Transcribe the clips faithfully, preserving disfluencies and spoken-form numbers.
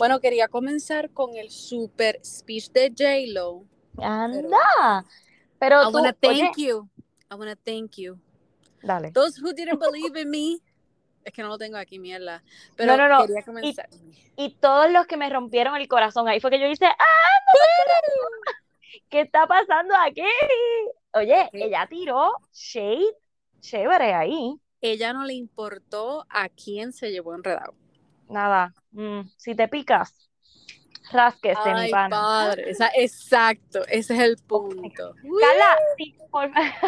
Bueno, quería comenzar con el super speech de J-Lo. Anda, pero I tú, wanna oye, thank you. I wanna thank you. dale. Those who didn't believe in me. Es que no lo tengo aquí, mierda. No, Pero no, no. quería Y, comenzar. y todos los que me rompieron el corazón, ahí fue que yo hice, ¡ah, no me esperaba! ¿Qué está pasando aquí? Es Oye, que ella tiró shade chévere ahí. ella no le importó a quién se llevó enredado. Nada, mm, si te picas, rásquese, mi Ay, pana. padre. Esa, exacto, ese es el Ok. punto. Carla, sí, por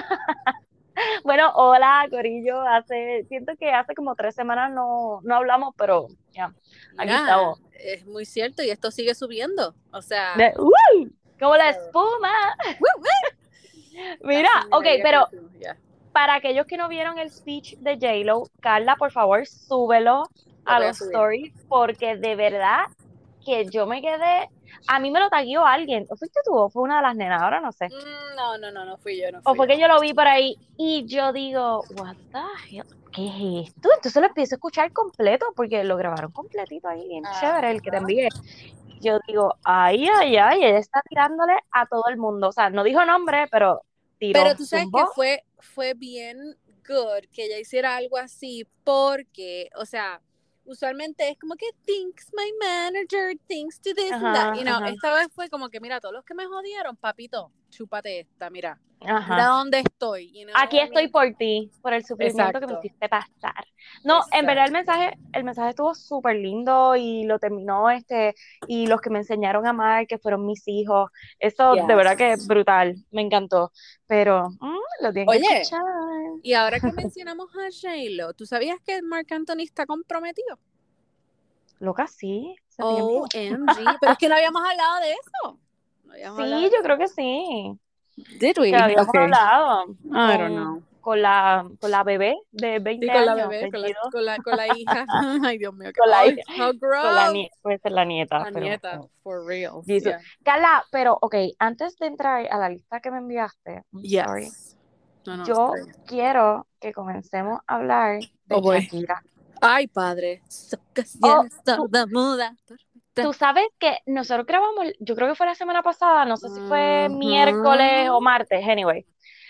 bueno, hola, Corillo. Hace, siento que hace como tres semanas no, no hablamos, pero ya, aquí Mira, estamos. es muy cierto y esto sigue subiendo. O sea, De- ¡Uy! Como la so, espuma. woo, woo. Mira, Así, ok, mira, ya pero crecimos, ya. para aquellos que no vieron el speech de J-Lo, Carla, por favor, súbelo Lo a voy a los subir. stories, porque de verdad que yo me quedé. A mí me lo taguió alguien. ¿O fuiste tú o fue una de las nenas? Ahora no sé. Mm, No, no, no, no fui yo, no O fui fue yo. que yo lo vi por ahí y yo digo, what the hell, ¿qué es esto? Entonces lo empiezo a escuchar completo porque lo grabaron completito ahí, bien chévere, el que te Ajá. envié. Yo digo, ay, ay, ay, ella está tirándole a todo el mundo. O sea, no dijo nombre, pero Pero tiró, tú sabes que zumbó. fue, fue bien good que ella hiciera algo así porque, o sea, usualmente es como que thinks my manager, thinks to this and that. Ajá, You know, ajá, esta vez fue como que, mira, todos los que me jodieron, papito, chúpate esta, mira. Mira ajá. dónde estoy, you know Aquí what I estoy mean? por ti, por el sufrimiento que me Exacto, hiciste pasar. No, en verdad el exacto. mensaje, el mensaje estuvo súper lindo y lo terminó este, y los que me enseñaron a amar, que fueron mis hijos, eso de verdad que es Yes. brutal, me encantó. Pero mm, lo tienen que Oye, escuchar. y ahora que mencionamos a J-Lo, ¿tú sabías que Marc Anthony está comprometido? Loca, sí, hace O tiempo. M G, pero es que no habíamos hablado de eso. No habíamos hablado Sí, de yo eso. creo que sí, Did que we? habíamos Okay. hablado I don't con, know. con la, con la bebé de Sí, veinte con la años, bebé, con la, veintidós, con la, con la hija. Ay, Dios mío, que, con la ay, hija, how con la gross. nieta, puede ser la nieta, La pero nieta, for reals, Jesus. yeah. Carla, pero ok, antes de entrar a la lista que me enviaste, I'm sorry, Yes. No, no, está yo bien. quiero que comencemos a hablar Oh, de boy. Shakira. Ay, padre. Oh, Ocasiones tú, sorda-muda. tú sabes que nosotros grabamos, yo creo que fue la semana pasada, no sé si fue miércoles o Mhm. martes, anyway.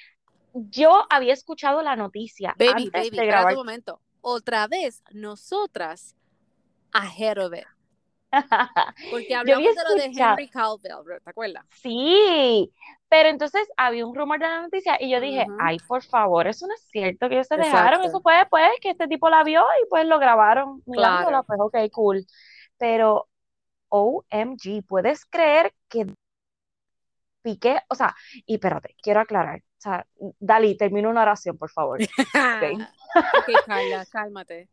Yo había escuchado la noticia Baby, antes baby, de espérate un grabar. momento. Otra vez, nosotras, ahead of it. Porque Yo había hablamos de lo de escuchado, Henry Cavill, ¿te acuerdas? sí, pero entonces había un rumor de la noticia y yo dije, Mhm. ay, por favor, eso no es cierto que ellos se dejaron, Exacto. eso fue después que este tipo la vio y pues lo grabaron mirándola, Claro. pues ok, cool. Pero, O M G, ¿puedes creer que Piqué? O sea, y espérate, quiero aclarar, o sea, Dali, termina una oración, por favor. Ok. Ok, Carla, cálmate.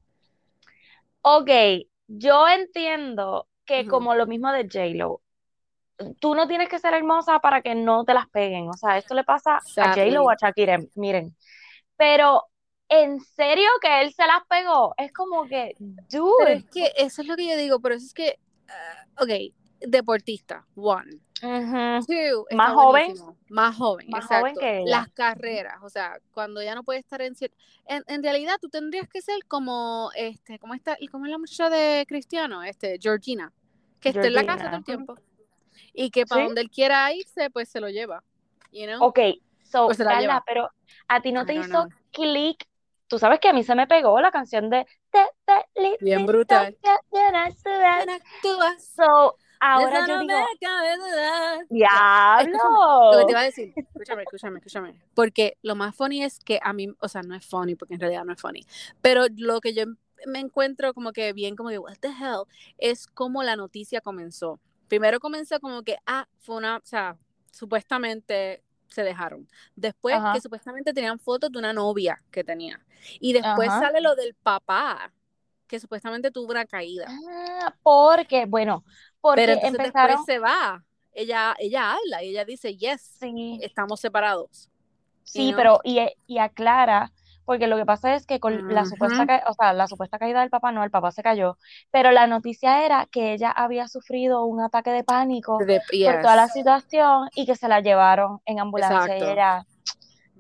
Ok, yo entiendo que Ujú. como lo mismo de J-Lo, tú no tienes que ser hermosa para que no te las peguen. O sea, esto le pasa a J-Lo o Sadly. a Shakira, miren. Pero, ¿en serio que él se las pegó? Es como que, Pero dude. es que eso es lo que yo digo, por eso es que, ah, ok, deportista, one. Ujú. Two, está Más joven, buenísimo. Más joven, más joven exacto. que ella. Las carreras, o sea, cuando ya no puede estar en cierto. En, en realidad, tú tendrías que ser como, este, ¿cómo está? ¿Y cómo es la muchacha de Cristiano? Este, Georgina, que esté en la casa todo Georgina. el Ujú. tiempo. Y que para ¿Sí? donde él quiera irse, pues se lo lleva, you know? Ok, O so, se la Carla, lleva. pero a ti no I te don't know. hizo clic. Tú sabes que a mí se me pegó la canción de Te Bien felicito brutal. que tienes edad. Bien actúas. So, De ahora eso yo no me digo, cabe duda. Ya, escúchame, lo que te ¡diablo! iba a decir, escúchame, escúchame, escúchame. Porque lo más funny es que a mí, o sea, no es funny, porque en realidad no es funny, pero lo que yo me encuentro como que bien, como que, what the hell, es como la noticia comenzó. Primero comenzó como que, ah, fue una, o sea, supuestamente se dejaron. Después que Ajá, supuestamente tenían fotos de una novia que tenía. Y después ajá. sale lo del papá, que supuestamente tuvo una caída. Ah, porque, bueno, Pero porque entonces después empezaron, se va. Ella, ella habla y ella dice, yes, sí, estamos separados. You sí, know? pero y, y aclara, porque lo que pasa es que con la supuesta, Ujú. ca- o sea, la supuesta caída del papá, no, el papá se cayó, pero la noticia era que ella había sufrido un ataque de pánico De- por toda la yes, situación y que se la llevaron en ambulancia y exacto. ella,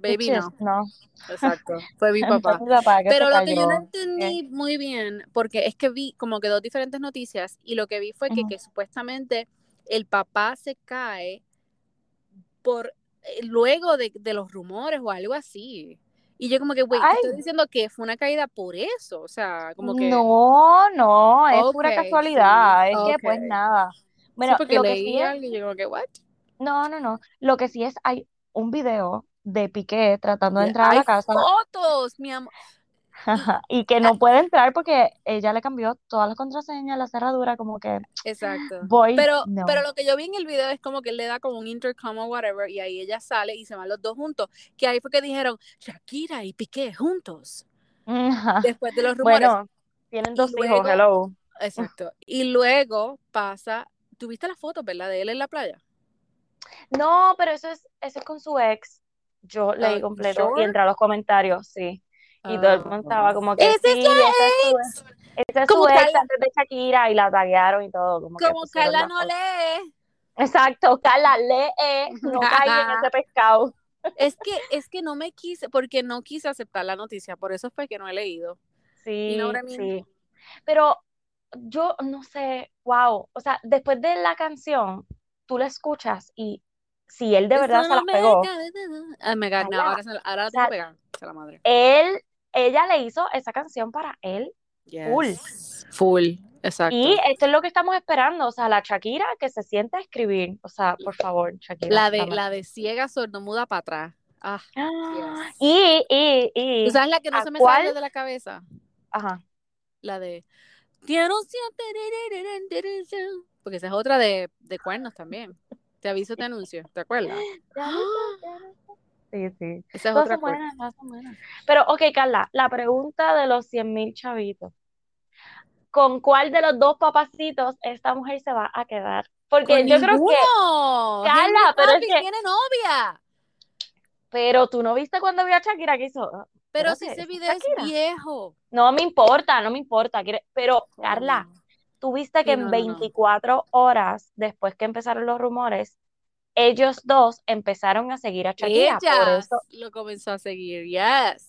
baby Bitches, no. no. Exacto, fue mi Fue papá. mi papá que se Pero lo que yo no cayó. entendí muy bien, porque es que vi como que dos diferentes noticias y lo que vi fue que, Ujú. que supuestamente el papá se cae por eh, luego de, de los rumores o algo así. Y yo como que, güey, te Ay, estoy diciendo que fue una caída por eso, o sea, como que, no, no, es ok, pura sí, casualidad, es que ok. pues nada. Sí, Bueno, porque lo que sí leí es, algo y yo como que, what? no, no, no, lo que sí es, hay un video de Piqué tratando de De- entrar a hay la casa fotos, mi amor. Y, y que ah, no puede entrar porque ella le cambió todas las contraseñas, la cerradura, como que, exacto. boy, Pero, pero no. lo que yo vi en el video es como que él le da como un intercom o whatever y ahí ella sale y se van los dos juntos. Que ahí fue que dijeron Shakira y Piqué juntos. Después de los rumores. Bueno, tienen Y dos hijos, luego, hello. exacto. Y luego pasa, ¿tuviste las fotos, verdad? De él en la playa. No, pero eso es, eso es con su ex. Yo Uh, leí you completo y sure? entré a los comentarios, sí. Y todo el mundo Uh, estaba como que ¡Esa es sí, ese es la su, ex! ese es su Como ex Carla, antes de Shakira y la taguearon y todo, como que como pusieron Carla la no foto. lee. Exacto, Carla, lee, no caigas en ese pescado. Es que, es que no me quise, porque no quise aceptar la noticia, por eso fue que no he leído. You know what Sí, I mean? sí. Pero yo no sé, wow, o sea, después de la canción, tú la escuchas y si él de verdad Eso se no las me pegó, cabe de duda. Ah, me ga- no, Carla, ahora, se- ahora o la tengo sea, pegada. Se la madre. él, ella le hizo esa canción para él, full. Yes. Full. Y Exacto. esto es lo que estamos esperando, o sea, la Shakira que se siente a escribir, o sea, por favor, Shakira, La de, dame. la de ciega sordomuda para atrás. Ah, Ah, yes. y, y, ¿Tú y, sabes la que no ¿a se me cuál? sale de la cabeza? Ajá. La de Quiero porque esa es otra de, de cuernos también. Te aviso, te anuncio, ¿te acuerdas? Ya no sé, ya no sé. Sí, sí. Esa es Todas otra son cuerno. buenas, todas son buenas. Pero, ok, Carla, la pregunta de los cien mil chavitos. ¿Con cuál de los dos papacitos esta mujer se va a quedar? Con Porque yo creo que, ninguno. Henry Carla, pero es Cavill que, tiene novia. pero tú no viste cuando vio a Shakira que hizo, "Ah, Pero si espérate, ese ¿esa es video es Shakira?" viejo. No me importa, no me importa. quiere- Pero, Coño. Carla, tú viste que Sí, en no, no, no. veinticuatro horas después que empezaron los rumores, ellos dos empezaron a seguir a Shakira. Por Ella eso, lo comenzó a seguir. Yes.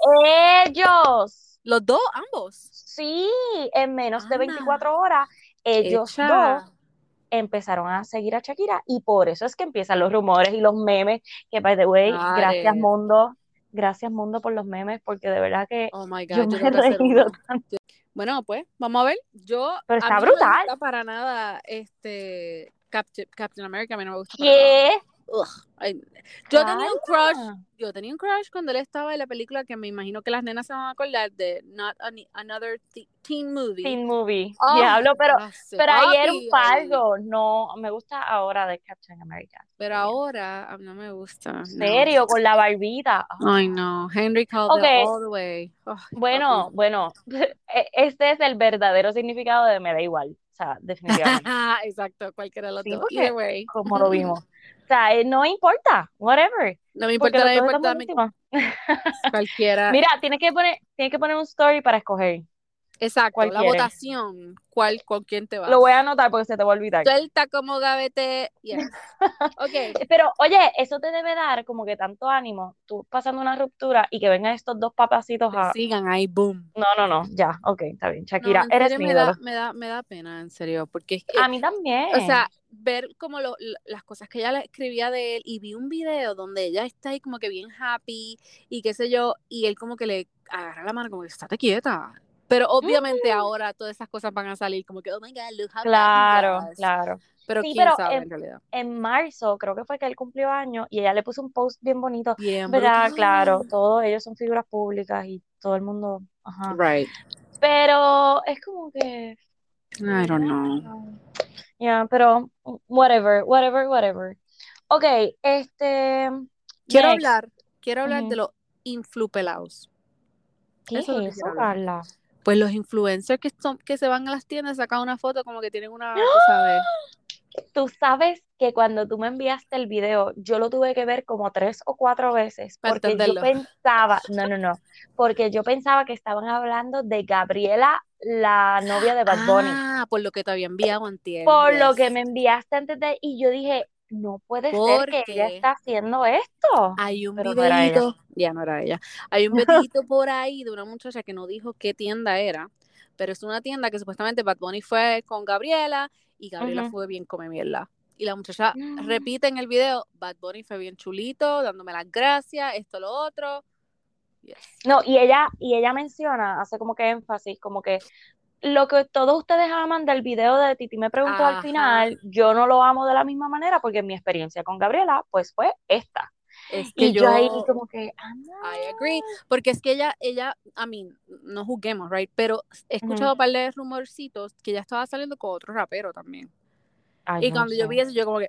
ellos, Los dos, ambos. sí, en menos de Anda. veinticuatro horas, ellos dos Echa. empezaron a seguir a Shakira y por eso es que empiezan los rumores y los memes, que by the way, gracias Dale. mundo, gracias mundo por los memes, porque de verdad que Oh my yo God, me yo he tengo que hacer reído uno. tanto. Bueno, pues, vamos a ver. Yo, Pero a está mí no me brutal. gusta para nada este Captain, Captain America, a mí no me gusta para nada. ¿Qué? Ugh, ay, yo tenía un crush, Carla. yo tenía un crush cuando él estaba en la película que me imagino que las nenas se van a acordar de Not Ani- Another Te- Teen Movie. Teen Movie, Oh, diablo, pero, ese pero ahí era un papi ahí. palgo. No, me gusta ahora de Captain America. Pero ahora a mí no me gusta, no. Serio, con la barbita. Ay, Ah. no. Henry Ok, Cavill all the way. Ay, papi. bueno, bueno, e- este es el verdadero significado de me da igual. O sea, definitivamente. Exacto, cualquiera de los Sí, dos. Either porque way. como lo vimos. O sea, eh, no importa, whatever, No me porque importa, no los me dos importa. están Dame buenísimos. cualquiera. Mira, tienes que poner, tienes que poner un story para escoger Exacto, cuál la quieres. votación. ¿Cuál, con quién te Lo voy a vas? anotar porque se te va a olvidar. Suelta como gavete. Yes. Ok. Pero, oye, eso te debe dar como que tanto ánimo, tú pasando una ruptura y que vengan estos dos papacitos Te a... sigan ahí, boom. No, no, no, ya, ok, está bien. No, Shakira, en eres serio mi me da, ídolo. me da, me da pena, en serio, porque es que, A mí o también. sea, ver como lo, lo- las cosas que ella le escribía de él y vi un video donde ella está ahí como que bien happy y qué sé yo, y él como que le agarra la mano como que estate quieta. Pero obviamente Mm, ahora todas esas cosas van a salir como que, oh my God, look how bad he claro, was. claro. Pero Sí, quién pero sabe en, en realidad. en marzo creo que fue que él cumplió años y ella le puso un post bien bonito. Bien ¿Verdad? brutal. Claro, todos ellos son figuras públicas y todo el mundo, ajá. Right. Pero es como que, I don't know. ya, pero whatever, whatever, whatever. Ok, este, Quiero next. hablar, quiero hablar de Ujú. los influpelados. ¿Qué es Eso es lo que quiero eso, hablar. Carla? Pues los influencers que, son, que se van a las tiendas sacan una foto como que tienen una, tú sabes, Tú sabes que cuando tú me enviaste el video, yo lo tuve que ver como tres o cuatro veces para porque yo entenderlo. pensaba, no, no, no, porque yo pensaba que estaban hablando de Gabriela, la novia de Bad Bunny, Ah, por lo que te había enviado antier, por lo que yes. me enviaste antes de, y yo dije, no puede ser que ella Porque está haciendo esto. hay un Pero no era ella. videíto, ya no era ella, hay un videíto por ahí de una muchacha que no dijo qué tienda era, pero es una tienda que supuestamente Bad Bunny fue con Gabriela y Gabriela Ujú. fue bien come mierda. Y la muchacha Mm. repite en el video, Bad Bunny fue bien chulito, dándome las gracias, esto, lo otro. Yes. No, y ella, y ella menciona, hace como que énfasis, como que lo que todos ustedes aman del video de Titi me preguntó al Ajá, final, yo no lo amo de la misma manera porque mi experiencia con Gabriela, pues fue esta. es que Y yo ahí yo, como que, ah, I agree, porque es que ella, ella, I mean, no juzguemos, right, pero he no. escuchado un par de rumorcitos que ella estaba saliendo con otro rapero también. Ay, Y no cuando yo vi sé. eso, yo como que,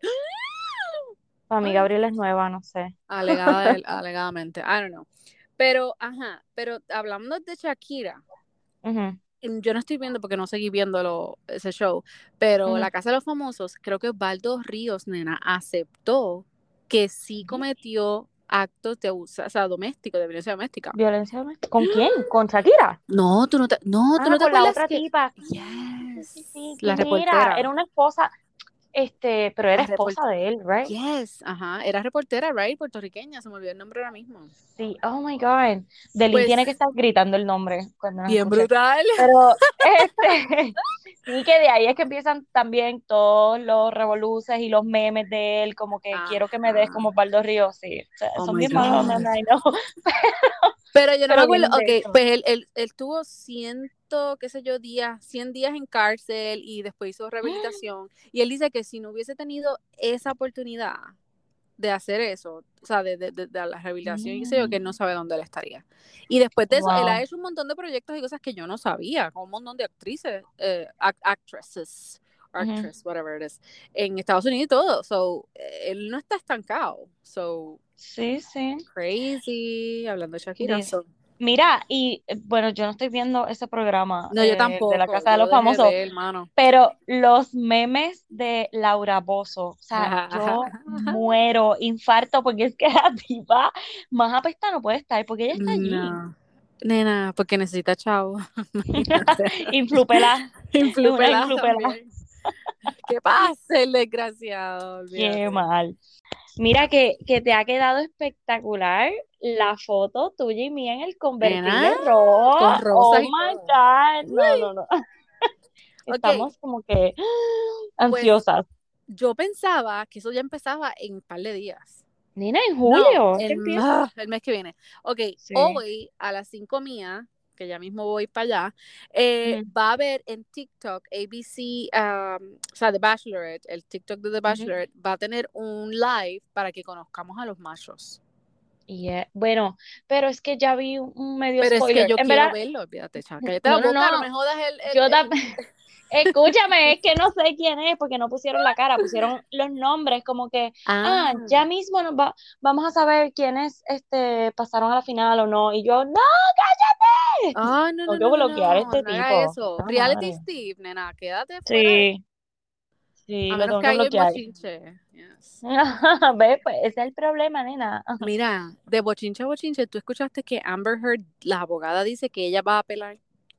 Para mí what? Gabriela es nueva, no sé. Alegada, alegadamente, I don't know. Pero, ajá, pero hablando de Shakira, Ujú, yo no estoy viendo porque no seguí viéndolo ese show, pero ujú. La Casa de los Famosos, creo que Baldo Ríos, nena, aceptó que sí cometió actos de abuso, o sea, doméstico, de violencia doméstica. Violencia doméstica. ¿Con quién? ¿Con Shakira? No, tú no te, no, tú Ah, no te con la acuerdas otra que, tipa. Sí, sí, sí, yes, sí. la Que mira, reportera, era una esposa, este, pero la era report, esposa de él, ¿right? yes, ajá, era reportera, right, puertorriqueña, se me olvidó el nombre ahora mismo. Sí, oh my God. Delí Pues, tiene que estar gritando el nombre cuando nos bien escuche. brutal. Pero, este, sí que de ahí es que empiezan también todos los revoluces y los memes de él, como que quiero que me des Ajá. como Baldo Río, sí. O sea, Oh son my bien malos, no, God. no, no. Pero yo no me Pero acuerdo, vienen de ok, eso. pues él, él, él tuvo ciento, qué sé yo, días, cien días en cárcel y después hizo rehabilitación. Y él dice que si no hubiese tenido esa oportunidad de hacer eso, o sea, de, de, de, de la rehabilitación y qué sé yo, que él no sabe dónde él estaría. Y después de eso, él ha Wow. hecho un montón de proyectos y cosas que yo no sabía, con un montón de actrices, eh, act- actresses, Ujú. actress, whatever it is, en Estados Unidos y todo. So, eh, él no está estancado. So, Sí, sí. crazy, hablando de Shakira. Dice, So, mira, y eh, bueno, yo no estoy viendo ese programa no, yo eh, de la tampoco, Casa de yo lo los dejé Famosos, de él, mano. pero los memes de Laura Bozzo, o sea, yo muero, infarto, porque es que la tipa más apesta no puede estar, porque ella está allí. No, nena, porque necesita chavo. Imagínate. Influpela, es una Influpelada influpela. también. ¿Qué pasa, el desgraciado? Qué Olvídate. mal. Mira que, que te ha quedado espectacular la foto tuya y mía en el Nena, convertible rojo. con Oh rosas y my todo. God. No, Uy. no, no. Ok, Estamos como que pues ansiosas. yo pensaba que eso ya empezaba en un par de días. Nina, en No, julio, ¿qué el, empieza? ah, el mes que viene. Ok, Sí. hoy a las cinco mía, que ya mismo voy para allá, eh, Ujú, va a haber en TikTok, A B C, um, o sea, The Bachelorette, el TikTok de The ujú. Bachelorette, va a tener un live para que conozcamos a los machos. Y, eh, bueno, pero es que ya vi un, un medio Pero es que spoiler. yo En quiero verdad, verlo, olvídate, chava, cállate la no, no, boca, no no. me jodas el, el, Yo el... también. Escúchame, es que no sé quién es porque no pusieron la cara, pusieron los nombres como que, Ah, ah, ya mismo nos va, vamos a saber quiénes este, pasaron a la final o no. Y yo, no, cállate. ah, no, Tengo no, que no, no, bloquear a no, este no haga tipo. eso. La Reality madre. Steve, nena, quédate fuera de... Sí, sí, A lo menos tengo que que haya un bloquear. bochinche. Yes. Ve, pues ese es el problema, nena. Mira, de bochinche a bochinche, ¿tú escuchaste que Amber Heard, la abogada, dice que ella va a apelar?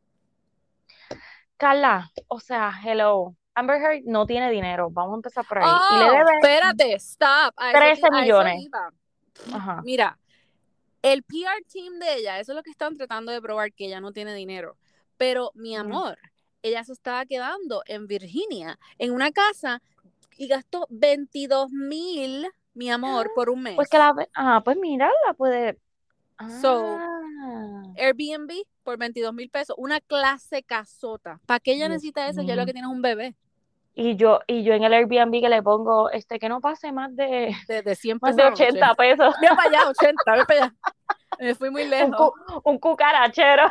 Carla, o sea, hello. Amber Heard no tiene dinero, vamos a empezar por ahí. Y le Oh, debe espérate, stop. A eso, trece ti- a eso millones. iba. Ajá. Mira, el P R team de ella, eso es lo que están tratando de probar, que ella no tiene dinero. Pero, mi Ujú. amor, ella se estaba quedando en Virginia, en una casa, y gastó veintidós mil, mi amor, por un Pues que mes. la, ve- ah, pues mira, la puede. So, Ah, Airbnb por veintidós mil pesos, una clase casota. ¿Para qué ella Dios necesita eso? Ya lo mío. que tiene es un bebé Y yo, y yo en el Airbnb que le pongo, este, que no pase más de, de, de cien más pesos de a la noche. ochenta pesos. Mira para allá, ochenta, ve para allá. Me fui muy Un, lejos. cu- un cucarachero.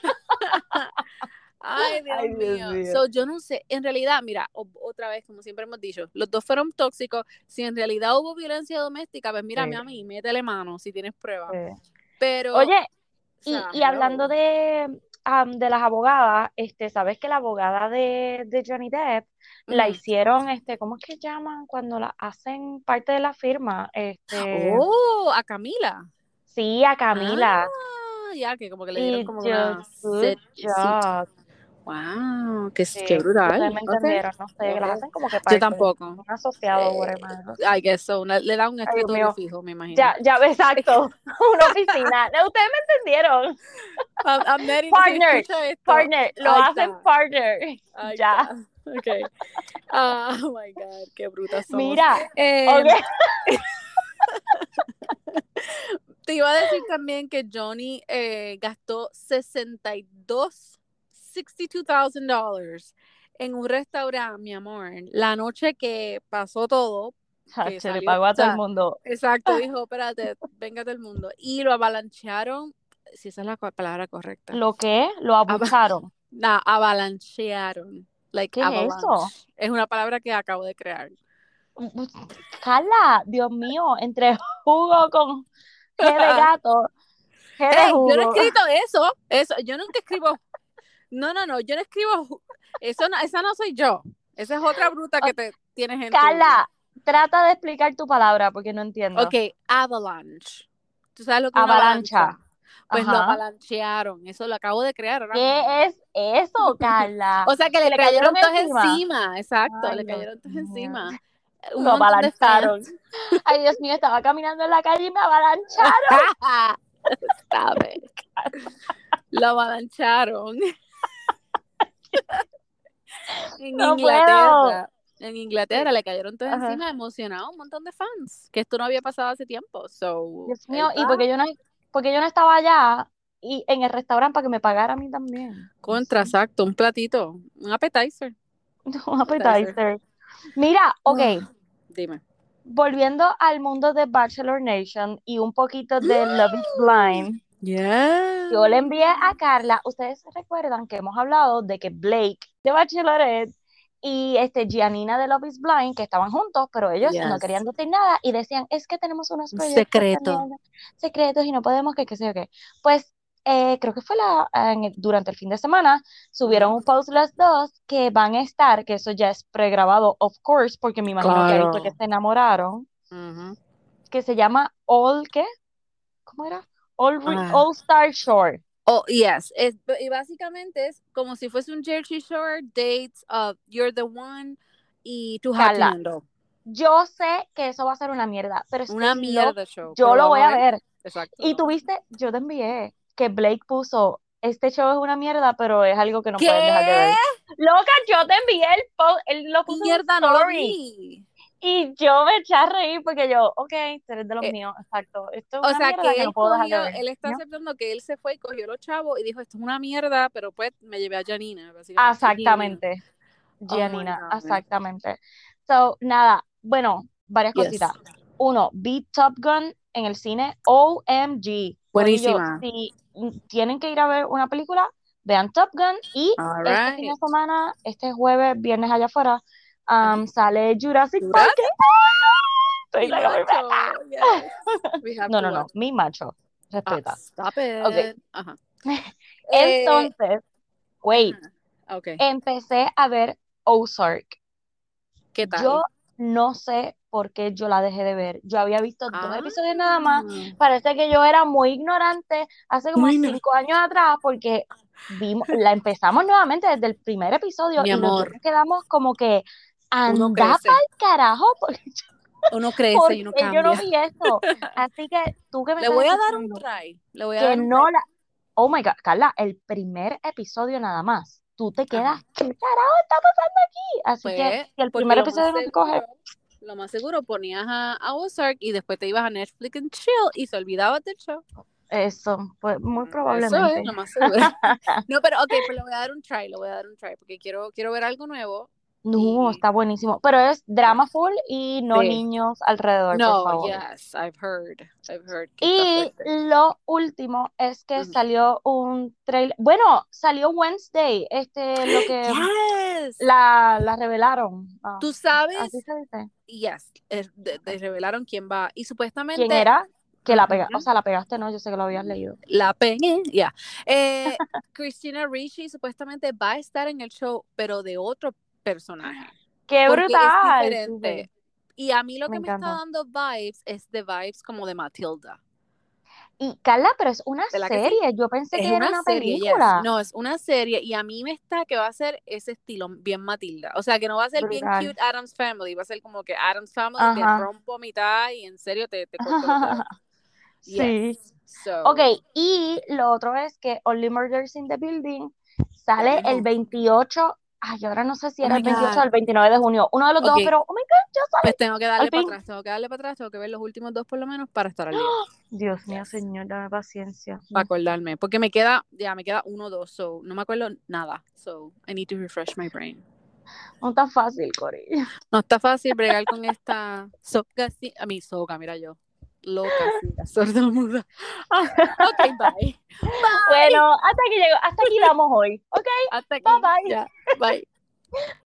Ay, Dios Ay, Dios mío. mío. So, yo no sé, en realidad, mira, o- otra vez, como siempre hemos dicho, los dos fueron tóxicos. Si en realidad hubo violencia doméstica, pues mírame Sí, a mí, métele mano si tienes pruebas. sí. Pero, Oye, o y, sea, y hablando hello. de, am, de las abogadas, este, ¿sabes que la abogada de, de Johnny Depp la Ujú. hicieron, este, ¿cómo es que llaman cuando la hacen parte de la firma? Este, Oh, a Camila. sí, a Ah, Camila. ya que como que le dieron Y como yo, una good set, seat. job. Wow, qué, Sí, qué ustedes brutal. me Okay, entendieron, no sé, que las okay. hacen como que Yo parte, tampoco. un asociado, Eh, whatever. I guess so. Una- le da un Ay, Dios escritorio mío, fijo, me imagino. ya, ya, exacto, una oficina. No, ustedes me entendieron. I'm, I'm Neri, si Partner, escucha esto, partner, lo ahí hacen está, partner. ahí Ya, está. Okay. Ah, oh my God, qué brutas somos. mira, Eh, ok. te iba a decir también que Johnny eh, gastó sesenta y dos, sesenta y dos thousand dollars en un restaurante, mi amor, la noche que pasó todo, que Se le salió, o pagó a todo el sea, mundo. exacto, dijo, espérate, venga del mundo, y lo avalanchearon, si esa es la co- palabra correcta, ¿Lo qué? Lo Ava- abucharon. nah, avalanchearon, like ¿Qué es eso? avalanche, es una palabra que acabo de crear. Carla, Dios mío, entre jugo con G de gato, G de Hey, yo no he jugo. escrito eso, eso, yo nunca escribo. No, no, no, yo no escribo, eso no, esa no soy yo. Esa es otra bruta que te tienes en tu. Carla, trata de explicar tu palabra porque no entiendo. Ok, avalanche. ¿Tú sabes lo que es una Avalancha. avalancha? Pues lo Ajá. avalanchearon, eso lo acabo de crear ahora mismo. ¿Qué es eso, Carla? O sea que ¿Que le le cayeron cayeron todos encima? encima, exacto, Ay, le Dios cayeron todos mío. encima. Un Lo montón de fans. avalancharon. Ay, Dios mío, estaba caminando en la calle y me avalancharon. Stop it. Lo avalancharon. En No puedo. Inglaterra. En Inglaterra le cayeron todos Ajá. encima, emocionados, un montón de fans. Que esto no había pasado hace tiempo. So, Dios él mío, y va porque yo no, porque yo no estaba allá y en el restaurante para que me pagara a mí también. contra, exacto, un platito, un appetizer. Un appetizer. Mira, ok, Ah, dime. volviendo al mundo de Bachelor Nation y un poquito de Love is Blind, Yeah. yo le envié a Carla, ustedes se recuerdan que hemos hablado de que Blake de Bachelorette y este Giannina de Love is Blind, que estaban juntos, pero ellos no Yes. querían decir nada y decían, es que tenemos unos Un proyectos secreto. también secretos y no podemos, que qué sé yo qué. Pues eh, creo que fue la, en el- durante el fin de semana, subieron Ujú. un post las dos que van a estar, que eso ya es pregrabado, of course, porque me imagino que ahí fue que Claro. se enamoraron, Ujú. que se llama All, ¿qué? ¿Cómo era? All, Re- Ah. All Star Shore. Oh, yes. Es, y básicamente es como si fuese un Jersey Shore, dates of You're the One y Too Hot to Carla, Handle. yo sé que eso va a ser una mierda, pero Una estoy loca. mierda show, Yo pero lo vamos voy a a ver. ver. Exacto. Y tuviste, yo te envié que Blake puso, este show es una mierda, pero es algo que no ¿Qué? pueden dejar de ver. Loca, yo te envié el post, él lo puso en un Mierda, no lo story. vi. Y yo me eché a reír porque yo, ok, tú eres de los Eh, míos, exacto. Esto es o una sea, mierda que que no él puedo dejar de cogió, ver. él está ¿no? aceptando que él se fue y cogió los chavos y dijo, esto es una mierda, pero pues me llevé a Janina, básicamente. Exactamente, Oh my Giannina, God. exactamente. So, nada, bueno, varias Yes. cositas. Uno, vi Top Gun en el cine, O M G. Corillo, Buenísima. si tienen que ir a ver una película, vean Top Gun y All este fin de right. semana, este jueves, viernes allá afuera, um, sale Jurassic Park. Jurassic Estoy Mi loca por macho. verla. Yes. We have No, to no, no, watch. mi macho, Ah, respeta. stop Ok, it. Ajá. Eh, entonces, wait, ajá. Ok. empecé a ver Ozark. ¿Qué tal? Yo no sé por qué yo la dejé de ver. Yo había visto dos Ah. episodios nada más. Parece que yo era muy ignorante hace como Muy no- cinco años atrás porque vimos, la empezamos nuevamente desde el primer episodio Mi y los dos amor. nos quedamos como que Uno anda crece. pa'l carajo porque, Uno crece porque y uno yo no cambia. vi esto. Así que tú que me Le estás voy a dar un escuchando, try. Le voy a que dar un no try. la... Oh my God, Carla, el primer episodio nada más. Tú te quedas, Ajá. ¿qué carajo está pasando aquí? Así que Pues, si el porque primer lo más episodio no te coge, seguro, lo más seguro ponías a, a Ozark y después te ibas a Netflix and chill y se olvidabas del show. eso, pues muy Eso probablemente. es lo más seguro. No, pero ok, pues le voy a dar un try, le voy a dar un try porque quiero, quiero ver algo nuevo. No, Y está buenísimo. Pero es drama full y no sí. niños alrededor, por No, favor. yes, I've heard. I've heard que está Y fuerte. lo último es que Ujú. salió un trailer. Bueno, salió Wednesday, este, lo que Yes. la, la revelaron. Ah, Tú así sabes, se dice. yes, es- de- de- revelaron quién va. Y ¿Quién supuestamente, era? Que la pega, o ujú, sea, la pegaste, no, yo sé que lo habías leído. la pegué, ya. Eh, Christina Ricci supuestamente va a estar en el show, pero de otro personaje. ¡Qué Porque es brutal! diferente. Súper. Y a mí lo Me que me está encanta. dando vibes es de vibes como de Matilda. Y Carla, pero es una ¿Verdad que sí? serie. Yo pensé Es que era una una serie, yes. película. No, es una serie y a mí me está que va a ser ese estilo bien Matilda. O sea, que no va a ser bien Brutal. cute Addams Family, va a ser como que Addams Family te Ajá. rompo a mitad y en serio te, te corto los dedos. Sí. Yes. So, Ok, y lo otro es que Only Murders in the Building ya sale el mismo. veintiocho. Ay, ahora no sé si Oh era my el veintiocho o God. el veintinueve de junio. Uno de los dos, Ok, pero oh my God, ya sale. pues tengo que darle Al para fin. atrás, tengo que darle para atrás, tengo que ver los últimos dos por lo menos para estar al día. Dios mío, Yes. señor, dame paciencia. Para acordarme, porque me queda, ya me queda uno o dos, so no me acuerdo nada, so I need to refresh my brain. No está fácil, Cori. No está fácil bregar con esta soca, sí, a mi soca, mira yo, loca, sí, la sordomuda. Ok, bye. Bye. Bueno, hasta aquí llego, hasta aquí damos hoy, ¿ok? Hasta Bye aquí, bye. ya, bye.